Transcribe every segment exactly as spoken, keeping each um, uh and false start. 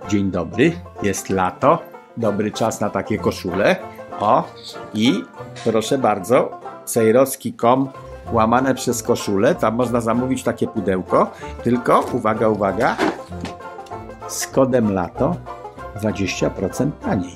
Dzień dobry, jest lato, dobry czas na takie koszule. O, i proszę bardzo, sejrowski kropka com łamane przez koszulę, tam można zamówić takie pudełko, tylko uwaga, uwaga, z kodem lato dwadzieścia procent taniej.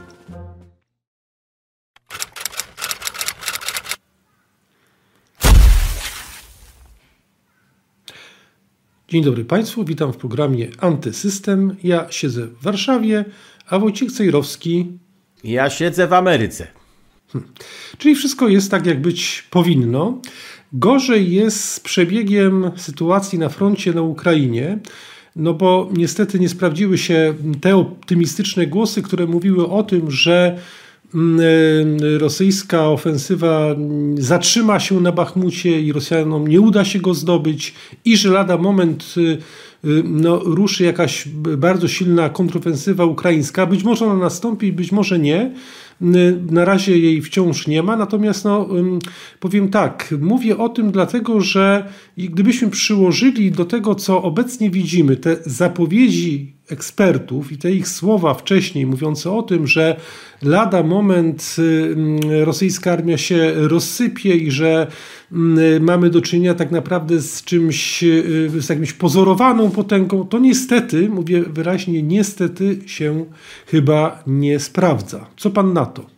Dzień dobry Państwu, witam w programie Antysystem. Ja siedzę w Warszawie, a Wojciech Cejrowski... Ja siedzę w Ameryce. Hmm. Czyli wszystko jest tak, jak być powinno. Gorzej jest z przebiegiem sytuacji na froncie na Ukrainie, no bo niestety nie sprawdziły się te optymistyczne głosy, które mówiły o tym, że rosyjska ofensywa zatrzyma się na Bachmucie i Rosjanom nie uda się go zdobyć i że lada moment no, ruszy jakaś bardzo silna kontrofensywa ukraińska. Być może ona nastąpi, być może nie. Na razie jej wciąż nie ma, natomiast no, powiem tak, mówię o tym dlatego, że gdybyśmy przyłożyli do tego, co obecnie widzimy, te zapowiedzi ekspertów i te ich słowa wcześniej mówiące o tym, że lada moment rosyjska armia się rozsypie i że mamy do czynienia tak naprawdę z czymś, z jakimś pozorowaną potęgą, to niestety, mówię wyraźnie, niestety się chyba nie sprawdza. Co pan na to?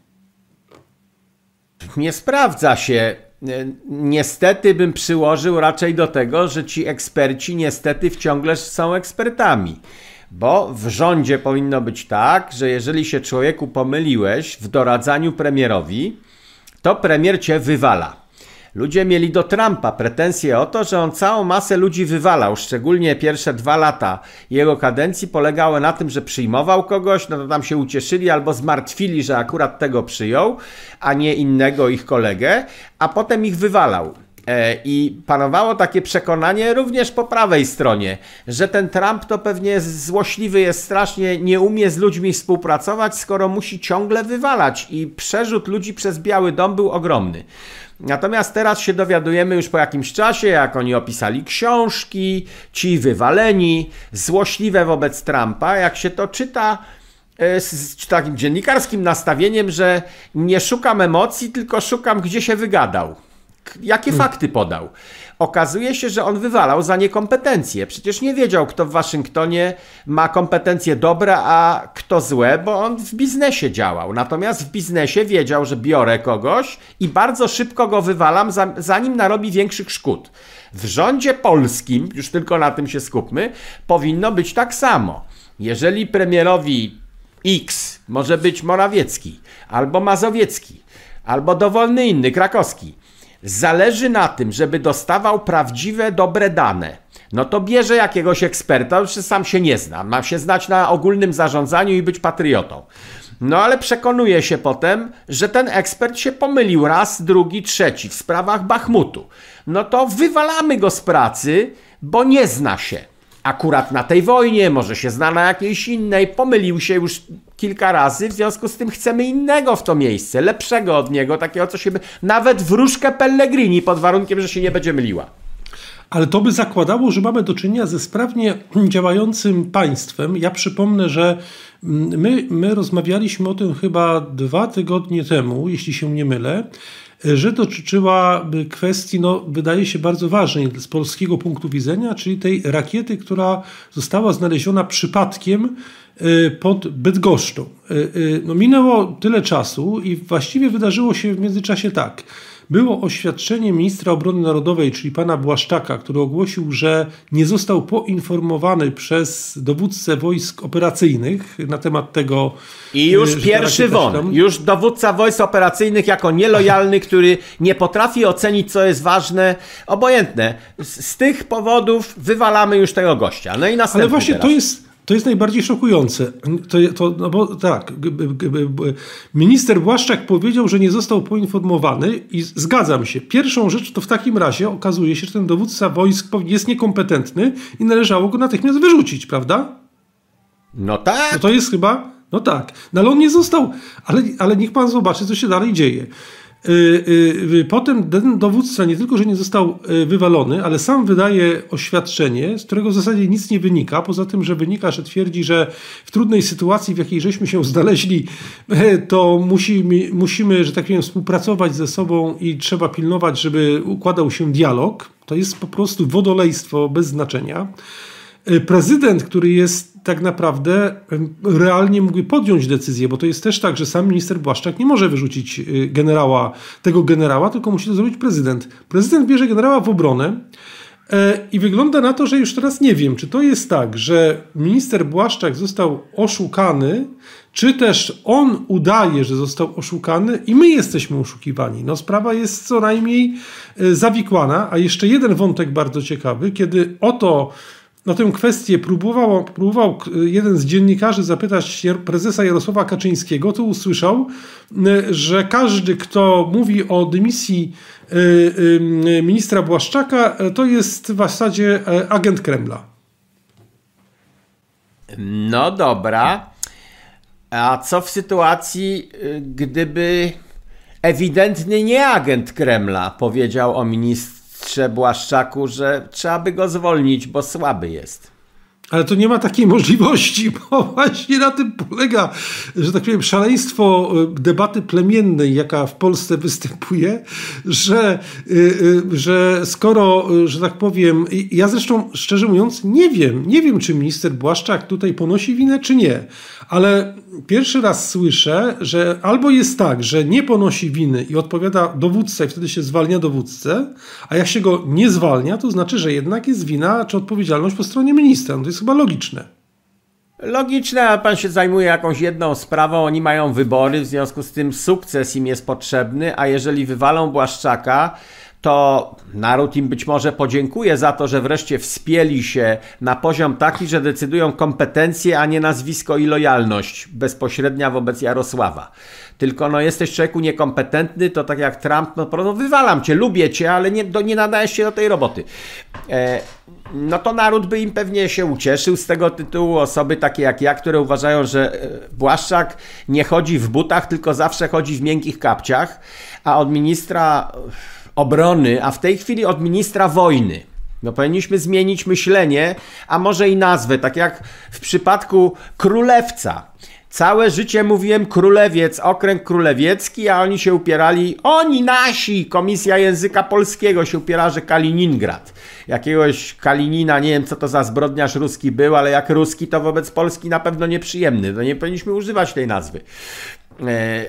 Nie sprawdza się. Niestety bym przyłożył raczej do tego, że ci eksperci niestety wciąż są ekspertami. Bo w rządzie powinno być tak, że jeżeli się człowieku pomyliłeś w doradzaniu premierowi, to premier cię wywala. Ludzie mieli do Trumpa pretensje o to, że on całą masę ludzi wywalał, szczególnie pierwsze dwa lata jego kadencji polegały na tym, że przyjmował kogoś, no to tam się ucieszyli albo zmartwili, że akurat tego przyjął, a nie innego ich kolegę, a potem ich wywalał. I panowało takie przekonanie również po prawej stronie, że ten Trump to pewnie złośliwy jest strasznie, nie umie z ludźmi współpracować, skoro musi ciągle wywalać i przerzut ludzi przez Biały Dom był ogromny. Natomiast teraz się dowiadujemy już po jakimś czasie, jak oni opisali książki, ci wywaleni, złośliwe wobec Trumpa, jak się to czyta z takim dziennikarskim nastawieniem, że nie szukam emocji, tylko szukam, gdzie się wygadał. Jakie hmm. fakty podał? Okazuje się, że on wywalał za niekompetencje. Przecież nie wiedział, kto w Waszyngtonie ma kompetencje dobre, a kto złe, bo on w biznesie działał. Natomiast w biznesie wiedział, że biorę kogoś i bardzo szybko go wywalam, zanim narobi większych szkód. W rządzie polskim, już tylko na tym się skupmy, powinno być tak samo. Jeżeli premierowi X może być Morawiecki, albo Mazowiecki, albo dowolny inny, Krakowski, zależy na tym, żeby dostawał prawdziwe, dobre dane, no to bierze jakiegoś eksperta, już sam się nie zna, ma się znać na ogólnym zarządzaniu i być patriotą. No ale przekonuje się potem, że ten ekspert się pomylił raz, drugi, trzeci w sprawach Bachmutu. No to wywalamy go z pracy, bo nie zna się. Akurat na tej wojnie, może się zna na jakiejś innej, pomylił się już kilka razy, w związku z tym chcemy innego w to miejsce, lepszego od niego, takiego, co się by... Nawet wróżkę Pellegrini, pod warunkiem, że się nie będzie myliła. Ale to by zakładało, że mamy do czynienia ze sprawnie działającym państwem. Ja przypomnę, że my, my rozmawialiśmy o tym chyba dwa tygodnie temu, jeśli się nie mylę, że dotyczyła kwestii, no, wydaje się bardzo ważnej z polskiego punktu widzenia, czyli tej rakiety, która została znaleziona przypadkiem pod Bydgoszczą. No, minęło tyle czasu i właściwie wydarzyło się w międzyczasie tak. Było oświadczenie ministra obrony narodowej, czyli pana Błaszczaka, który ogłosił, że nie został poinformowany przez dowódcę wojsk operacyjnych na temat tego. I już pierwszy won, tam... już dowódca wojsk operacyjnych jako nielojalny, który nie potrafi ocenić, co jest ważne, obojętne. Z, z tych powodów wywalamy już tego gościa. No i następny. Ale właśnie teraz. to jest... To jest najbardziej szokujące. To, to, no bo tak, minister Błaszczak powiedział, że nie został poinformowany i zgadzam się. Pierwszą rzecz to w takim razie okazuje się, że ten dowódca wojsk jest niekompetentny i należało go natychmiast wyrzucić, prawda? No tak. No to jest chyba, no tak. No ale on nie został, ale, ale niech pan zobaczy, co się dalej dzieje. Potem ten dowódca nie tylko, że nie został wywalony, ale sam wydaje oświadczenie, z którego w zasadzie nic nie wynika, poza tym, że wynika, że twierdzi, że w trudnej sytuacji, w jakiej żeśmy się znaleźli, to musimy, musimy, że tak powiem, współpracować ze sobą i trzeba pilnować, żeby układał się dialog. To jest po prostu wodolejstwo bez znaczenia. Prezydent, który jest tak naprawdę realnie mógł podjąć decyzję, bo to jest też tak, że sam minister Błaszczak nie może wyrzucić generała, tego generała, tylko musi to zrobić prezydent. Prezydent bierze generała w obronę i wygląda na to, że już teraz nie wiem, czy to jest tak, że minister Błaszczak został oszukany, czy też on udaje, że został oszukany i my jesteśmy oszukiwani. No sprawa jest co najmniej zawikłana, a jeszcze jeden wątek bardzo ciekawy, kiedy oto na tę kwestię próbował, próbował jeden z dziennikarzy zapytać prezesa Jarosława Kaczyńskiego, to usłyszał, że każdy, kto mówi o dymisji ministra Błaszczaka, to jest w zasadzie agent Kremla. No dobra. A co w sytuacji, gdyby ewidentny nie agent Kremla powiedział o ministrze Błaszczaku, że trzeba by go zwolnić, bo słaby jest? Ale to nie ma takiej możliwości, bo właśnie na tym polega, że tak powiem, szaleństwo debaty plemiennej, jaka w Polsce występuje, że, że skoro, że tak powiem, ja zresztą szczerze mówiąc nie wiem, nie wiem, czy minister Błaszczak tutaj ponosi winę, czy nie, ale pierwszy raz słyszę, że albo jest tak, że nie ponosi winy i odpowiada dowódca i wtedy się zwalnia dowódcę, a jak się go nie zwalnia, to znaczy, że jednak jest wina czy odpowiedzialność po stronie ministra. No to jest chyba logiczne. Logiczne, a pan się zajmuje jakąś jedną sprawą, oni mają wybory, w związku z tym sukces im jest potrzebny, a jeżeli wywalą Błaszczaka, to naród im być może podziękuje za to, że wreszcie wspięli się na poziom taki, że decydują kompetencje, a nie nazwisko i lojalność bezpośrednia wobec Jarosława. Tylko no jesteś człowieku niekompetentny, to tak jak Trump, no, no wywalam cię, lubię cię, ale nie, do, nie nadajesz się do tej roboty. E, no to naród by im pewnie się ucieszył z tego tytułu. Osoby takie jak ja, które uważają, że Błaszczak nie chodzi w butach, tylko zawsze chodzi w miękkich kapciach, a od ministra obrony, a w tej chwili od ministra wojny. No powinniśmy zmienić myślenie, a może i nazwę, tak jak w przypadku królewca. Całe życie mówiłem królewiec, okręg królewiecki, a oni się upierali, oni nasi, Komisja Języka Polskiego się upiera, że Kaliningrad. Jakiegoś Kalinina, nie wiem co to za zbrodniarz ruski był, ale jak ruski to wobec Polski na pewno nieprzyjemny. To nie powinniśmy używać tej nazwy. E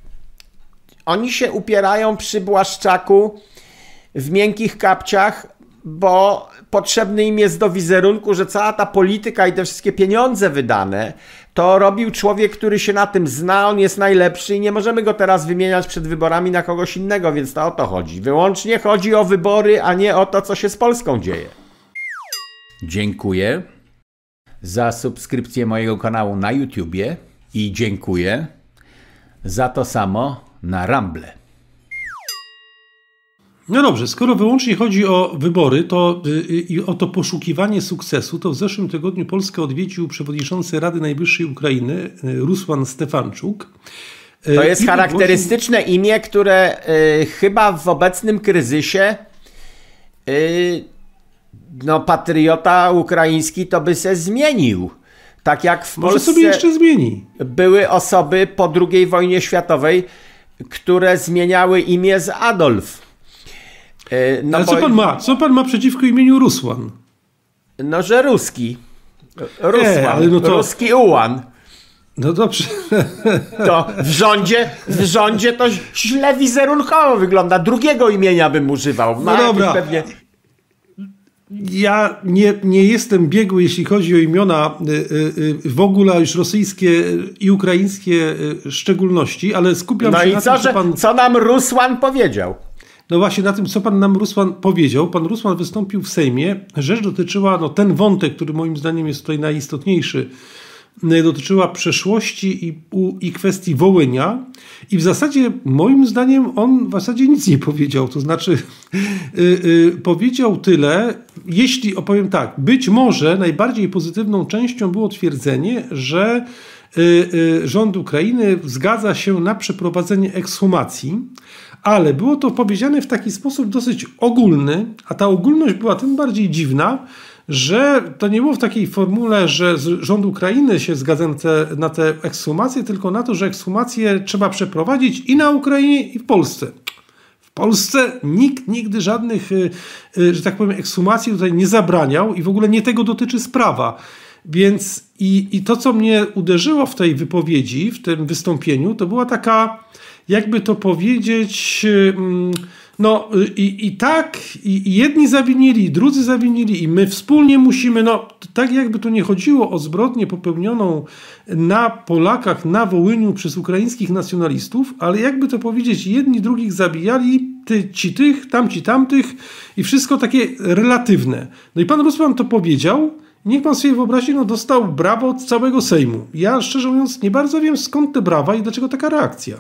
Oni się upierają przy Błaszczaku w miękkich kapciach, bo potrzebny im jest do wizerunku, że cała ta polityka i te wszystkie pieniądze wydane, to robił człowiek, który się na tym zna, on jest najlepszy i nie możemy go teraz wymieniać przed wyborami na kogoś innego, więc to o to chodzi. Wyłącznie chodzi o wybory, a nie o to, co się z Polską dzieje. Dziękuję za subskrypcję mojego kanału na YouTubie i dziękuję za to samo na Rumble. No dobrze, skoro wyłącznie chodzi o wybory to, i yy, o to poszukiwanie sukcesu, to w zeszłym tygodniu Polskę odwiedził przewodniczący Rady Najwyższej Ukrainy yy, Rusłan Stefanczuk. Yy, to jest charakterystyczne wygłosił... imię, które yy, chyba w obecnym kryzysie yy, no patriota ukraiński to by se zmienił. Tak jak w Może Polsce sobie jeszcze zmieni. Były osoby po drugiej wojnie światowej, które zmieniały imię z Adolf. No ale bo... co pan ma? Co pan ma przeciwko imieniu Rusłan? No, że ruski. Rusłan. E, ale no to... Ruski ułan. No dobrze. To w rządzie, w rządzie to źle wizerunkowo wygląda. Drugiego imienia bym używał. No, no dobra. Pewnie... Ja nie, nie jestem biegły, jeśli chodzi o imiona w ogóle już rosyjskie i ukraińskie szczególności, ale skupiam no się i na co, tym, co pan... co nam Rusłan powiedział. No właśnie na tym, co pan nam Rusłan powiedział. Pan Rusłan wystąpił w Sejmie. Rzecz dotyczyła, no ten wątek, który moim zdaniem jest tutaj najistotniejszy, dotyczyła przeszłości i, i kwestii Wołynia i w zasadzie moim zdaniem on w zasadzie nic nie powiedział, to znaczy yy, yy, powiedział tyle, jeśli opowiem tak, być może najbardziej pozytywną częścią było twierdzenie, że yy, yy, rząd Ukrainy zgadza się na przeprowadzenie ekshumacji, ale było to powiedziane w taki sposób dosyć ogólny, a ta ogólność była tym bardziej dziwna, że to nie było w takiej formule, że rząd Ukrainy się zgadza na te, na te ekshumacje, tylko na to, że ekshumacje trzeba przeprowadzić i na Ukrainie, i w Polsce. W Polsce nikt nigdy żadnych, że tak powiem, ekshumacji tutaj nie zabraniał i w ogóle nie tego dotyczy sprawa. Więc i, i to, co mnie uderzyło w tej wypowiedzi, w tym wystąpieniu, to była taka, jakby to powiedzieć, no i, i tak, i, i jedni zawinili, i drudzy zawinili, i my wspólnie musimy, no tak jakby tu nie chodziło o zbrodnię popełnioną na Polakach, na Wołyniu przez ukraińskich nacjonalistów, ale jakby to powiedzieć, jedni drugich zabijali, ty, ci tych, tamci tamtych i wszystko takie relatywne. No i pan Rusman to powiedział. Niech pan sobie wyobrazi, no dostał brawo od całego Sejmu. Ja szczerze mówiąc nie bardzo wiem, skąd te brawa i dlaczego taka reakcja.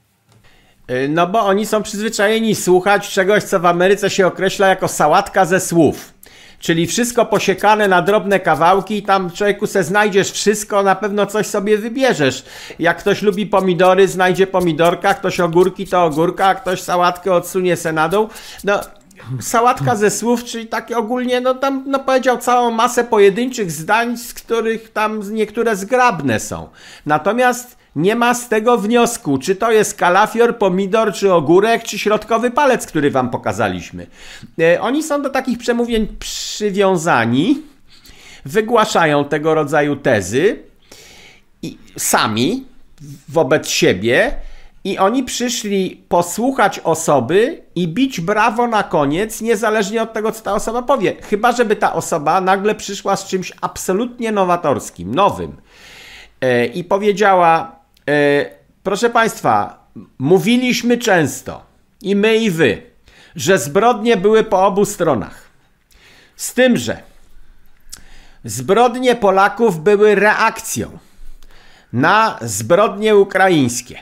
No bo oni są przyzwyczajeni słuchać czegoś, co w Ameryce się określa jako sałatka ze słów. Czyli wszystko posiekane na drobne kawałki i tam człowieku se znajdziesz wszystko, na pewno coś sobie wybierzesz. Jak ktoś lubi pomidory, znajdzie pomidorka, ktoś ogórki, to ogórka, a ktoś sałatkę odsunie se na dół. No... Sałatka ze słów, czyli takie ogólnie, no tam no powiedział całą masę pojedynczych zdań, z których tam niektóre zgrabne są. Natomiast nie ma z tego wniosku, czy to jest kalafior, pomidor, czy ogórek, czy środkowy palec, który wam pokazaliśmy. E, oni są do takich przemówień przywiązani, wygłaszają tego rodzaju tezy i sami wobec siebie. I oni przyszli posłuchać osoby i bić brawo na koniec, niezależnie od tego, co ta osoba powie. Chyba żeby ta osoba nagle przyszła z czymś absolutnie nowatorskim, nowym. Yy, I powiedziała, yy, proszę państwa, mówiliśmy często, i my i wy, że zbrodnie były po obu stronach. Z tym, że zbrodnie Polaków były reakcją na zbrodnie ukraińskie.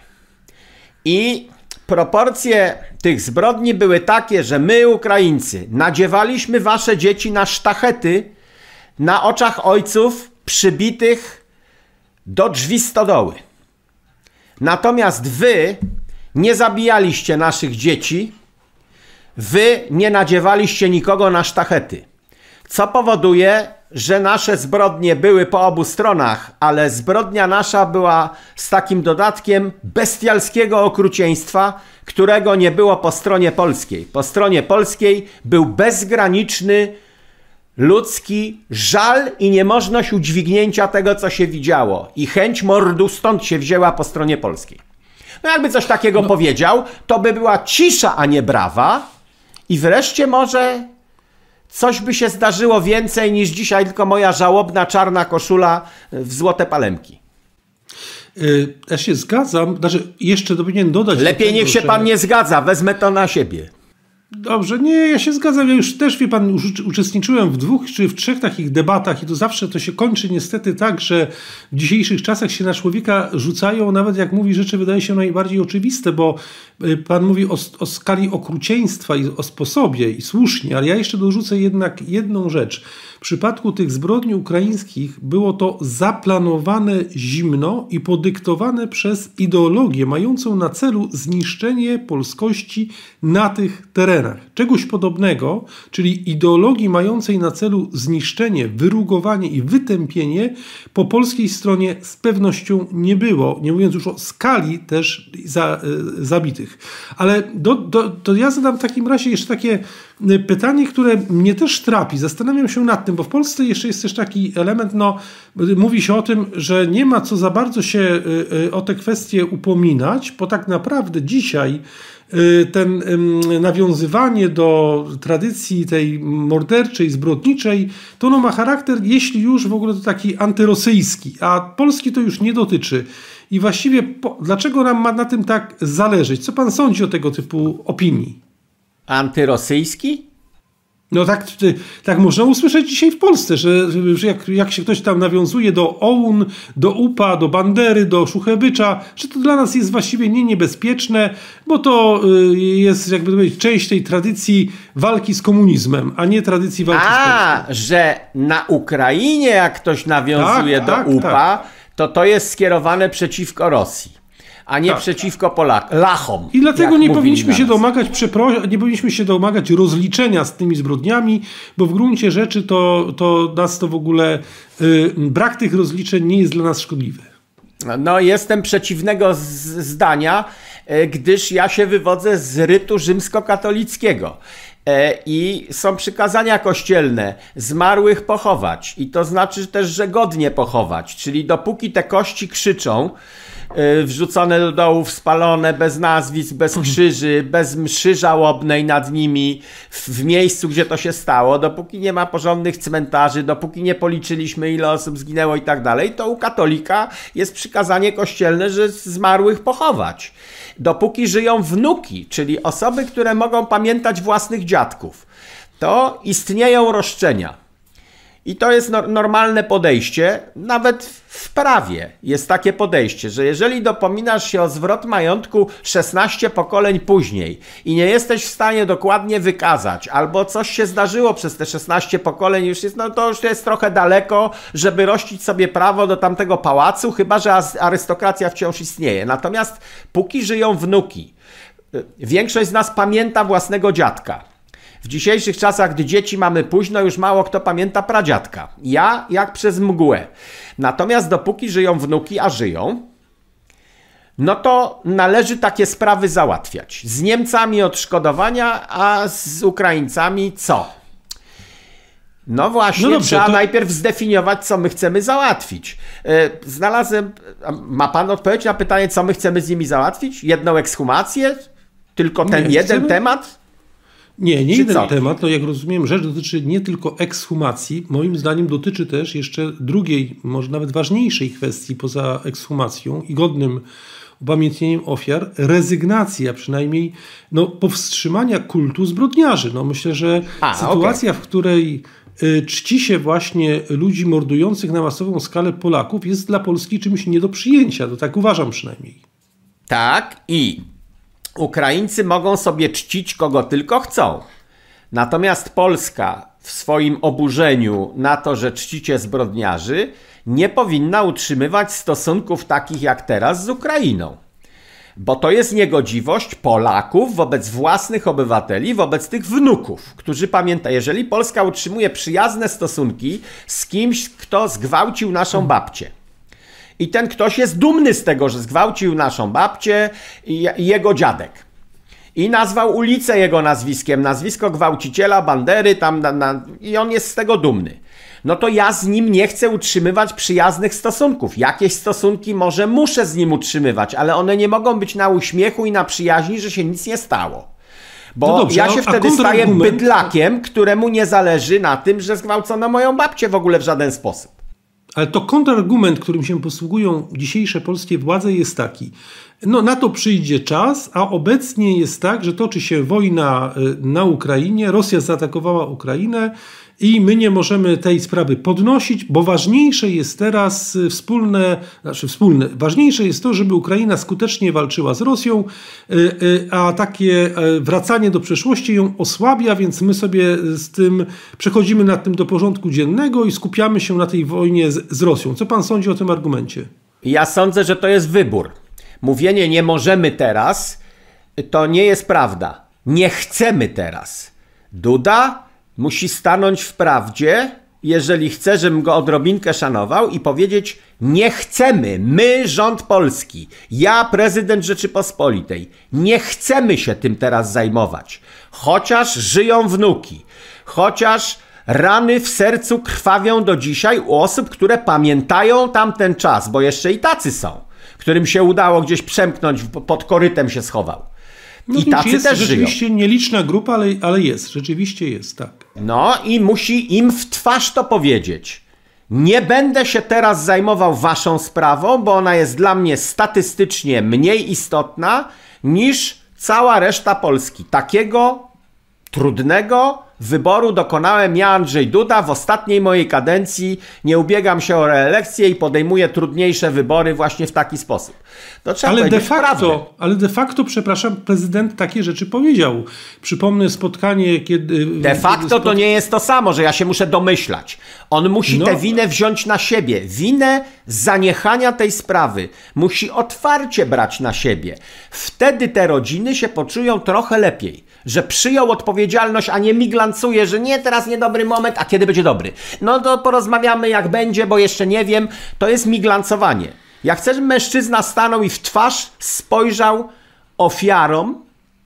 I proporcje tych zbrodni były takie, że my, Ukraińcy, nadziewaliśmy wasze dzieci na sztachety na oczach ojców przybitych do drzwi stodoły. Natomiast wy nie zabijaliście naszych dzieci, wy nie nadziewaliście nikogo na sztachety. Co powoduje, że nasze zbrodnie były po obu stronach, ale zbrodnia nasza była z takim dodatkiem bestialskiego okrucieństwa, którego nie było po stronie polskiej. Po stronie polskiej był bezgraniczny ludzki żal i niemożność udźwignięcia tego, co się widziało. I chęć mordu stąd się wzięła po stronie polskiej. No jakby coś takiego no. powiedział, to by była cisza, a nie brawa. I wreszcie może... coś by się zdarzyło więcej niż dzisiaj tylko moja żałobna czarna koszula w złote palemki. Ja się zgadzam. Znaczy, jeszcze powinien dodać... Lepiej do tego, niech się że... pan nie zgadza. Wezmę to na siebie. Dobrze, nie, ja się zgadzam. Ja już też, wie pan, uczestniczyłem w dwóch czy w trzech takich debatach i to zawsze to się kończy niestety tak, że w dzisiejszych czasach się na człowieka rzucają, nawet jak mówi rzeczy wydaje się najbardziej oczywiste, bo pan mówi o, o skali okrucieństwa i o sposobie i słusznie, ale ja jeszcze dorzucę jednak jedną rzecz. W przypadku tych zbrodni ukraińskich było to zaplanowane zimno i podyktowane przez ideologię mającą na celu zniszczenie polskości na tych terenach. Czegoś podobnego, czyli ideologii mającej na celu zniszczenie, wyrugowanie i wytępienie po polskiej stronie z pewnością nie było, nie mówiąc już o skali też za, y, zabitych. Ale do, do, to ja zadam w takim razie jeszcze takie pytanie, które mnie też trapi. Zastanawiam się nad tym, bo w Polsce jeszcze jest też taki element, no mówi się o tym, że nie ma co za bardzo się y, y, o te kwestie upominać, bo tak naprawdę dzisiaj ten nawiązywanie do tradycji tej morderczej, zbrodniczej, to ono ma charakter, jeśli już w ogóle to taki antyrosyjski, a Polski to już nie dotyczy. I właściwie po, dlaczego nam ma na tym tak zależeć? Co pan sądzi o tego typu opinii? Antyrosyjski? No tak, tak można usłyszeć dzisiaj w Polsce, że, że jak, jak się ktoś tam nawiązuje do O U N, do U P A, do Bandery, do Szuchewycza, że to dla nas jest właściwie nie niebezpieczne, bo to jest jakby powiedzieć część tej tradycji walki z komunizmem, a nie tradycji walki a, z Polską. A, że na Ukrainie jak ktoś nawiązuje tak, do tak, U P A, tak. to to jest skierowane przeciwko Rosji. a nie tak. przeciwko Polakom, lachom. I dlatego nie powinniśmy się domagać przepro- nie powinniśmy się domagać rozliczenia z tymi zbrodniami, bo w gruncie rzeczy to, to nas to w ogóle yy, brak tych rozliczeń nie jest dla nas szkodliwy. No, jestem przeciwnego z- zdania, yy, gdyż ja się wywodzę z rytu rzymskokatolickiego. I są przykazania kościelne, zmarłych pochować, i to znaczy też, że godnie pochować, czyli dopóki te kości krzyczą, wrzucone do dołów, spalone, bez nazwisk, bez krzyży, bez mszy żałobnej nad nimi, w miejscu, gdzie to się stało, dopóki nie ma porządnych cmentarzy, dopóki nie policzyliśmy, ile osób zginęło i tak dalej, to u katolika jest przykazanie kościelne, że zmarłych pochować. Dopóki żyją wnuki, czyli osoby, które mogą pamiętać własnych dziadków, to istnieją roszczenia. I to jest no- normalne podejście, nawet w prawie jest takie podejście, że jeżeli dopominasz się o zwrot majątku szesnaście pokoleń później i nie jesteś w stanie dokładnie wykazać, albo coś się zdarzyło przez te szesnaście pokoleń, już jest, no to już jest trochę daleko, żeby rościć sobie prawo do tamtego pałacu, chyba że arystokracja wciąż istnieje. Natomiast póki żyją wnuki, większość z nas pamięta własnego dziadka. W dzisiejszych czasach, gdy dzieci mamy późno, już mało kto pamięta pradziadka. Ja jak przez mgłę. Natomiast dopóki żyją wnuki, a żyją, no to należy takie sprawy załatwiać. Z Niemcami odszkodowania, a z Ukraińcami co? No właśnie, no dobrze, trzeba to... najpierw zdefiniować, co my chcemy załatwić. Znalazłem, ma pan odpowiedź na pytanie, co my chcemy z nimi załatwić? Jedną ekshumację? Tylko ten nie, jeden chcemy... temat? Nie, nie jeden temat. No jak rozumiem, rzecz dotyczy nie tylko ekshumacji. Moim zdaniem dotyczy też jeszcze drugiej, może nawet ważniejszej kwestii poza ekshumacją i godnym upamiętnieniem ofiar, rezygnacji, a przynajmniej no, powstrzymania kultu zbrodniarzy. No myślę, że a, sytuacja, okay. w której y, czci się właśnie ludzi mordujących na masową skalę Polaków, jest dla Polski czymś nie do przyjęcia. To tak uważam przynajmniej. Tak i Ukraińcy mogą sobie czcić kogo tylko chcą. Natomiast Polska w swoim oburzeniu na to, że czcicie zbrodniarzy, nie powinna utrzymywać stosunków takich jak teraz z Ukrainą. Bo to jest niegodziwość Polaków wobec własnych obywateli, wobec tych wnuków, którzy pamiętają, jeżeli Polska utrzymuje przyjazne stosunki z kimś, kto zgwałcił naszą babcię, i ten ktoś jest dumny z tego, że zgwałcił naszą babcię i jego dziadek. I nazwał ulicę jego nazwiskiem, nazwisko gwałciciela, Bandery, tam na, na, i on jest z tego dumny. No to ja z nim nie chcę utrzymywać przyjaznych stosunków. Jakieś stosunki może muszę z nim utrzymywać, ale one nie mogą być na uśmiechu i na przyjaźni, że się nic nie stało. Bo no dobrze, ja się a, wtedy a staję bydlakiem, któremu nie zależy na tym, że zgwałcono moją babcię w ogóle w żaden sposób. Ale to kontrargument, którym się posługują dzisiejsze polskie władze, jest taki. No na to przyjdzie czas, a obecnie jest tak, że toczy się wojna na Ukrainie, Rosja zaatakowała Ukrainę i my nie możemy tej sprawy podnosić, bo ważniejsze jest teraz wspólne, znaczy wspólne, ważniejsze jest to, żeby Ukraina skutecznie walczyła z Rosją, a takie wracanie do przeszłości ją osłabia, więc my sobie z tym przechodzimy nad tym do porządku dziennego i skupiamy się na tej wojnie z, z Rosją. Co pan sądzi o tym argumencie? Ja sądzę, że to jest wybór. Mówienie nie możemy teraz, to nie jest prawda. Nie chcemy teraz. Duda musi stanąć w prawdzie, jeżeli chce, żebym go odrobinkę szanował, i powiedzieć: nie chcemy, my, rząd polski, ja, prezydent Rzeczypospolitej, nie chcemy się tym teraz zajmować. Chociaż żyją wnuki, chociaż rany w sercu krwawią do dzisiaj u osób, które pamiętają tamten czas, bo jeszcze i tacy są, którym się udało gdzieś przemknąć, pod korytem się schował. No I tacy jest też rzeczywiście żyją. Nieliczna grupa, ale, ale jest, rzeczywiście jest, tak. No i musi im w twarz to powiedzieć. Nie będę się teraz zajmował waszą sprawą, bo ona jest dla mnie statystycznie mniej istotna niż cała reszta Polski. Takiego trudnego, wyboru dokonałem ja, Andrzej Duda, w ostatniej mojej kadencji, nie ubiegam się o reelekcję i podejmuję trudniejsze wybory właśnie w taki sposób. To trzeba ale, de facto, facto, ale de facto, przepraszam, prezydent takie rzeczy powiedział. Przypomnę spotkanie, kiedy... De facto spot... to nie jest to samo, że ja się muszę domyślać. On musi no. tę winę wziąć na siebie. Winę zaniechania tej sprawy musi otwarcie brać na siebie. Wtedy te rodziny się poczują trochę lepiej, że przyjął odpowiedzialność, a nie miglancuje, że nie, teraz niedobry moment, a kiedy będzie dobry? No to porozmawiamy jak będzie, bo jeszcze nie wiem. To jest miglancowanie. Ja chcę, żeby mężczyzna stanął i w twarz spojrzał ofiarom,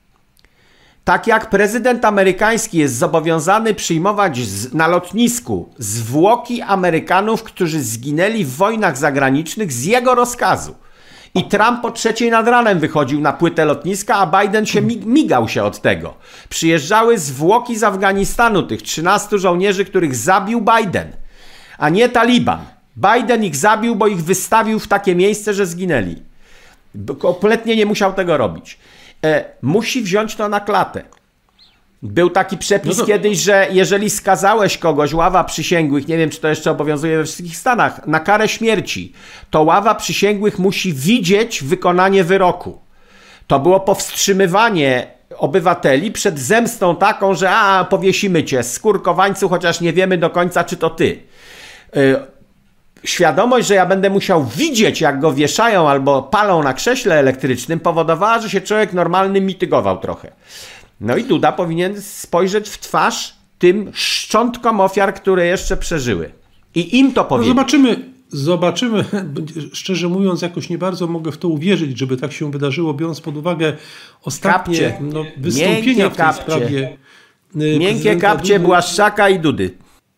tak jak prezydent amerykański jest zobowiązany przyjmować z, na lotnisku zwłoki Amerykanów, którzy zginęli w wojnach zagranicznych z jego rozkazu. I Trump o trzeciej nad ranem wychodził na płytę lotniska, a Biden się migał się od tego. Przyjeżdżały zwłoki z Afganistanu, tych trzynastu żołnierzy, których zabił Biden, a nie Taliban. Biden ich zabił, bo ich wystawił w takie miejsce, że zginęli. Kompletnie nie musiał tego robić. E, musi wziąć to na klatę. Był taki przepis no to... kiedyś, że jeżeli skazałeś kogoś, ława przysięgłych, nie wiem, czy to jeszcze obowiązuje we wszystkich stanach, na karę śmierci, to ława przysięgłych musi widzieć wykonanie wyroku. To było powstrzymywanie obywateli przed zemstą taką, że a, powiesimy cię, skórkowańcu, chociaż nie wiemy do końca, czy to ty. E, Świadomość, że ja będę musiał widzieć, jak go wieszają albo palą na krześle elektrycznym, powodowała, że się człowiek normalny mitygował trochę. No i Duda powinien spojrzeć w twarz tym szczątkom ofiar, które jeszcze przeżyły. I im to powiedzieć. No zobaczymy, zobaczymy. Szczerze mówiąc, jakoś nie bardzo mogę w to uwierzyć, żeby tak się wydarzyło, biorąc pod uwagę ostatnie no, wystąpienia w tej sprawie. Miękkie kapcie Błaszczaka i Dudy.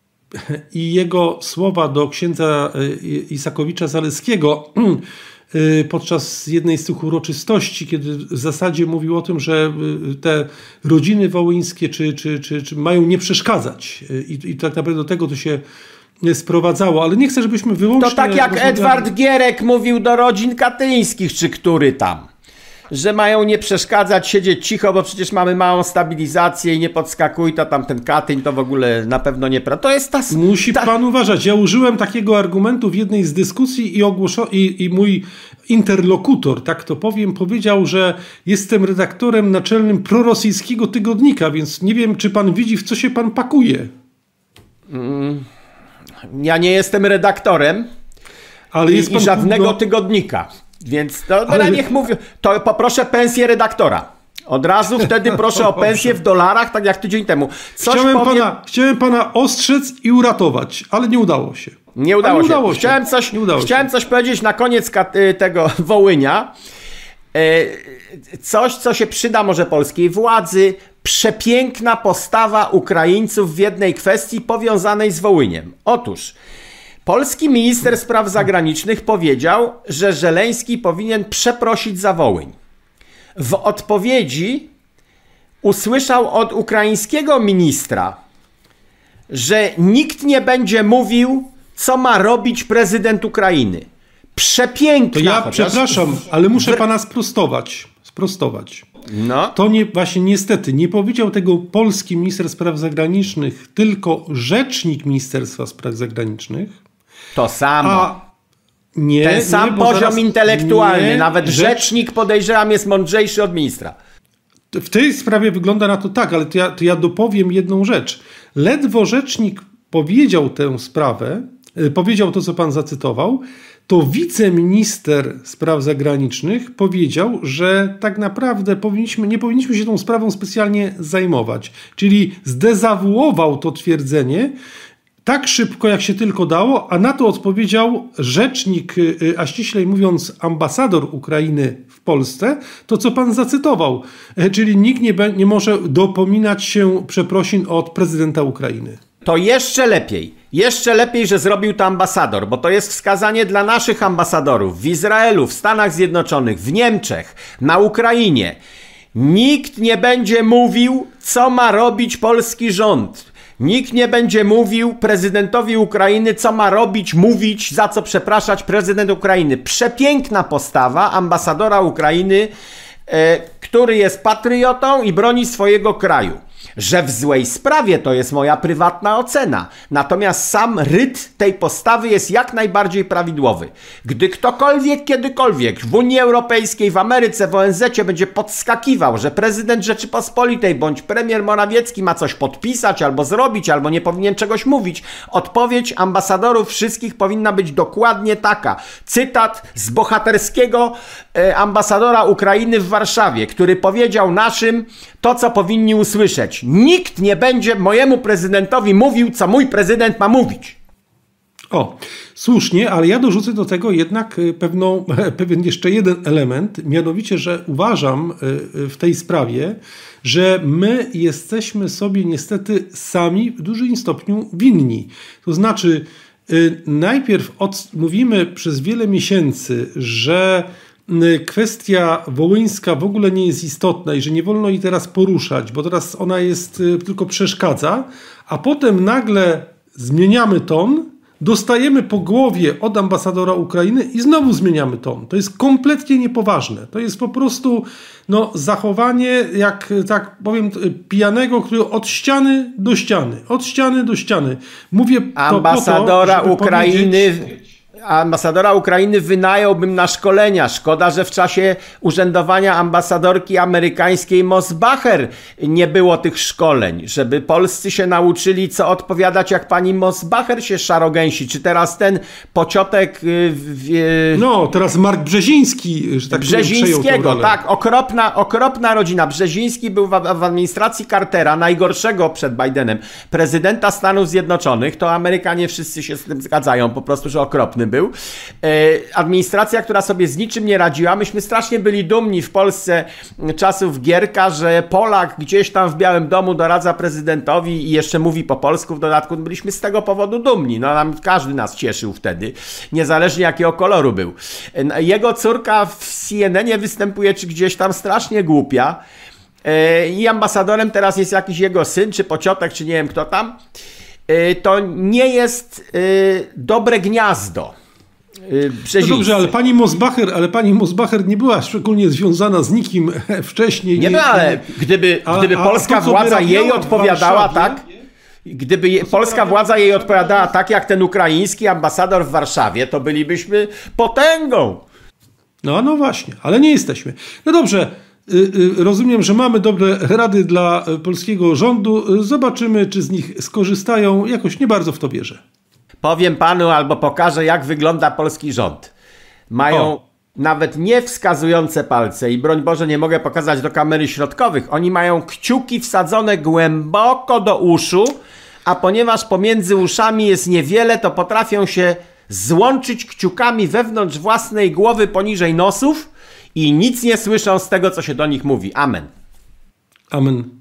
I jego słowa do księdza Isakowicza-Zaleskiego podczas jednej z tych uroczystości, kiedy w zasadzie mówił o tym, że te rodziny wołyńskie czy, czy, czy, czy mają nie przeszkadzać. I, I tak naprawdę do tego to się sprowadzało. Ale nie chcę, żebyśmy wyłącznie... To tak jak rozmawiali... Edward Gierek mówił do rodzin katyńskich, czy który tam. Że mają nie przeszkadzać, siedzieć cicho, bo przecież mamy małą stabilizację i nie podskakuj, to tam ten Katyń to w ogóle na pewno nie... To jest ta... Musi ta... pan uważać. Ja użyłem takiego argumentu w jednej z dyskusji i, ogłoszo... I, i mój interlokutor, tak to powiem, powiedział, że jestem redaktorem naczelnym prorosyjskiego tygodnika, więc nie wiem, czy pan widzi, w co się pan pakuje. Mm, ja nie jestem redaktorem ale i, jest pan... i żadnego no... tygodnika. Więc to Ale... niech mówię, to poproszę pensję redaktora. Od razu wtedy proszę o pensję w dolarach, tak jak tydzień temu. Coś chciałem, powiem... pana, chciałem pana ostrzec i uratować, ale nie udało się. Nie udało, nie się. udało się. Chciałem, coś, nie udało chciałem się. coś powiedzieć na koniec tego Wołynia. Coś, co się przyda może polskiej władzy. Przepiękna postawa Ukraińców w jednej kwestii powiązanej z Wołyniem. Otóż polski minister spraw zagranicznych powiedział, że Żeleński powinien przeprosić za Wołyń. W odpowiedzi usłyszał od ukraińskiego ministra, że nikt nie będzie mówił, co ma robić prezydent Ukrainy. Przepiękna. To ja chociaż... przepraszam, ale muszę pana sprostować. Sprostować. No. To nie, właśnie niestety nie powiedział tego polski minister spraw zagranicznych, tylko rzecznik Ministerstwa Spraw Zagranicznych. To samo. A nie, Ten sam nie, poziom zaraz, intelektualny. nie, Nawet rzecz... rzecznik, podejrzewam, jest mądrzejszy od ministra. W tej sprawie wygląda na to tak, ale to ja, to ja dopowiem jedną rzecz. Ledwo rzecznik powiedział tę sprawę, powiedział to, co pan zacytował, to wiceminister spraw zagranicznych powiedział, że tak naprawdę powinniśmy, nie powinniśmy się tą sprawą specjalnie zajmować. Czyli zdezawuował to twierdzenie tak szybko, jak się tylko dało, a na to odpowiedział rzecznik, a ściślej mówiąc ambasador Ukrainy w Polsce, to co pan zacytował. Czyli nikt nie, be, nie może dopominać się przeprosin od prezydenta Ukrainy. To jeszcze lepiej. Jeszcze lepiej, że zrobił to ambasador, bo to jest wskazanie dla naszych ambasadorów w Izraelu, w Stanach Zjednoczonych, w Niemczech, na Ukrainie. Nikt nie będzie mówił, co ma robić polski rząd. Nikt nie będzie mówił prezydentowi Ukrainy, co ma robić, mówić, za co przepraszać prezydent Ukrainy. Przepiękna postawa ambasadora Ukrainy, e, który jest patriotą i broni swojego kraju. Że w złej sprawie to jest moja prywatna ocena. Natomiast sam rytm tej postawy jest jak najbardziej prawidłowy. Gdy ktokolwiek kiedykolwiek w Unii Europejskiej, w Ameryce, w O N Z-cie będzie podskakiwał, że prezydent Rzeczypospolitej bądź premier Morawiecki ma coś podpisać albo zrobić, albo nie powinien czegoś mówić, odpowiedź ambasadorów wszystkich powinna być dokładnie taka. Cytat z bohaterskiego e, ambasadora Ukrainy w Warszawie, który powiedział naszym to, co powinni usłyszeć. Nikt nie będzie mojemu prezydentowi mówił, co mój prezydent ma mówić. O, słusznie, ale ja dorzucę do tego jednak pewną, pewien jeszcze jeden element, mianowicie, że uważam w tej sprawie, że my jesteśmy sobie niestety sami w dużym stopniu winni. To znaczy, najpierw od, mówimy przez wiele miesięcy, że kwestia wołyńska w ogóle nie jest istotna i że nie wolno jej teraz poruszać, bo teraz ona jest, tylko przeszkadza, a potem nagle zmieniamy ton, dostajemy po głowie od ambasadora Ukrainy i znowu zmieniamy ton. To jest kompletnie niepoważne. To jest po prostu no, zachowanie, jak tak powiem, pijanego, który od ściany do ściany, od ściany do ściany. Mówię to ambasadora po to, Ukrainy. Ambasadora Ukrainy wynająłbym na szkolenia. Szkoda, że w czasie urzędowania ambasadorki amerykańskiej Mosbacher nie było tych szkoleń, żeby polscy się nauczyli, co odpowiadać, jak pani Mosbacher się szarogęsi. Czy teraz ten pociotek... W... No, teraz Mark Brzeziński, że tak Brzezińskiego, tak. Okropna, okropna rodzina. Brzeziński był w, w administracji Cartera, najgorszego przed Bidenem, prezydenta Stanów Zjednoczonych. To Amerykanie wszyscy się z tym zgadzają, po prostu, że okropny był. Administracja, która sobie z niczym nie radziła. Myśmy strasznie byli dumni w Polsce czasów Gierka, że Polak gdzieś tam w Białym Domu doradza prezydentowi i jeszcze mówi po polsku w dodatku. Byliśmy z tego powodu dumni. No, nam, każdy nas cieszył wtedy, niezależnie jakiego koloru był. Jego córka w C N N-ie występuje, czy gdzieś tam strasznie głupia. I ambasadorem teraz jest jakiś jego syn, czy pociotek, czy nie wiem kto tam. To nie jest dobre gniazdo. No dobrze, ale pani Mosbacher, ale pani Mosbacher nie była szczególnie związana z nikim wcześniej. Nie, nie ale gdyby, a, gdyby polska a to, władza jej odpowiadała tak, gdyby je, polska władza jej odpowiadała tak, jak ten ukraiński ambasador w Warszawie, to bylibyśmy potęgą. No, no właśnie, ale nie jesteśmy. No dobrze. Rozumiem, że mamy dobre rady dla polskiego rządu. Zobaczymy, czy z nich skorzystają. Jakoś nie bardzo w to wierzę. Powiem panu albo pokażę, jak wygląda polski rząd. Mają o. nawet nie wskazujące palce i broń Boże nie mogę pokazać do kamery środkowych. Oni mają kciuki wsadzone głęboko do uszu, a ponieważ pomiędzy uszami jest niewiele, to potrafią się złączyć kciukami wewnątrz własnej głowy poniżej nosów i nic nie słyszą z tego, co się do nich mówi. Amen. Amen.